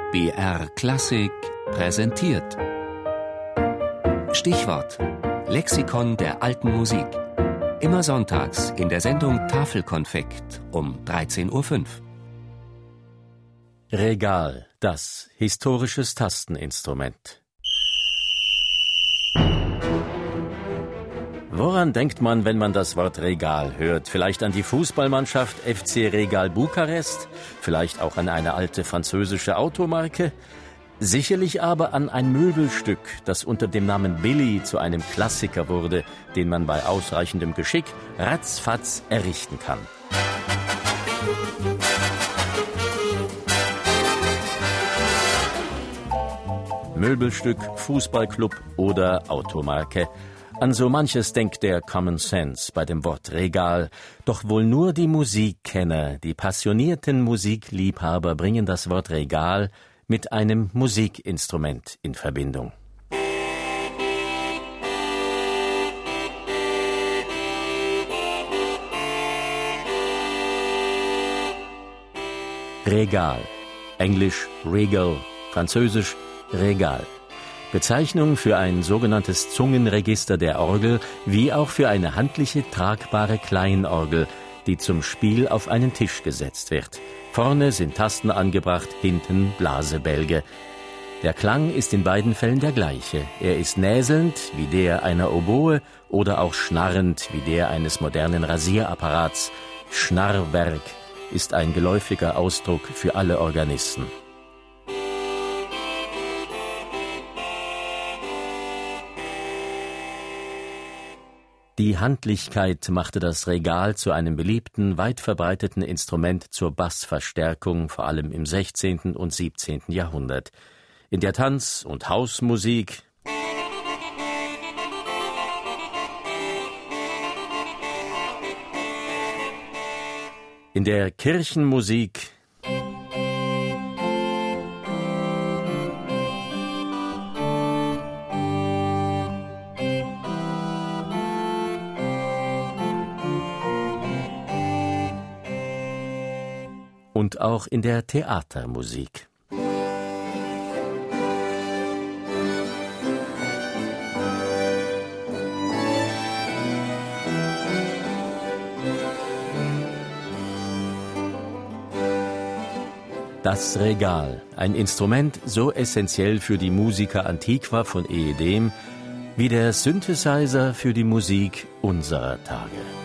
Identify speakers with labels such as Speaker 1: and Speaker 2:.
Speaker 1: BR Klassik präsentiert. Stichwort: Lexikon der alten Musik. Immer sonntags in der Sendung Tafelkonfekt um 13:05 Uhr.
Speaker 2: Regal, das historisches Tasteninstrument. Woran denkt man, wenn man das Wort Regal hört? Vielleicht an die Fußballmannschaft FC Regal Bukarest? Vielleicht auch an eine alte französische Automarke? Sicherlich aber an ein Möbelstück, das unter dem Namen Billy zu einem Klassiker wurde, den man bei ausreichendem Geschick ratzfatz errichten kann. Möbelstück, Fußballclub oder Automarke. An so manches denkt der Common Sense bei dem Wort Regal. Doch wohl nur die Musikkenner, die passionierten Musikliebhaber bringen das Wort Regal mit einem Musikinstrument in Verbindung. Regal, Englisch Regal, Französisch Regal. Bezeichnung für ein sogenanntes Zungenregister der Orgel, wie auch für eine handliche, tragbare Kleinorgel, die zum Spiel auf einen Tisch gesetzt wird. Vorne sind Tasten angebracht, hinten Blasebälge. Der Klang ist in beiden Fällen der gleiche. Er ist näselnd, wie der einer Oboe, oder auch schnarrend, wie der eines modernen Rasierapparats. Schnarrwerk ist ein geläufiger Ausdruck für alle Organisten. Die Handlichkeit machte das Regal zu einem beliebten, weit verbreiteten Instrument zur Bassverstärkung, vor allem im 16. und 17. Jahrhundert. In der Tanz- und Hausmusik, in der Kirchenmusik, und auch in der Theatermusik. Das Regal, ein Instrument so essentiell für die Musica Antiqua von ehedem, wie der Synthesizer für die Musik unserer Tage.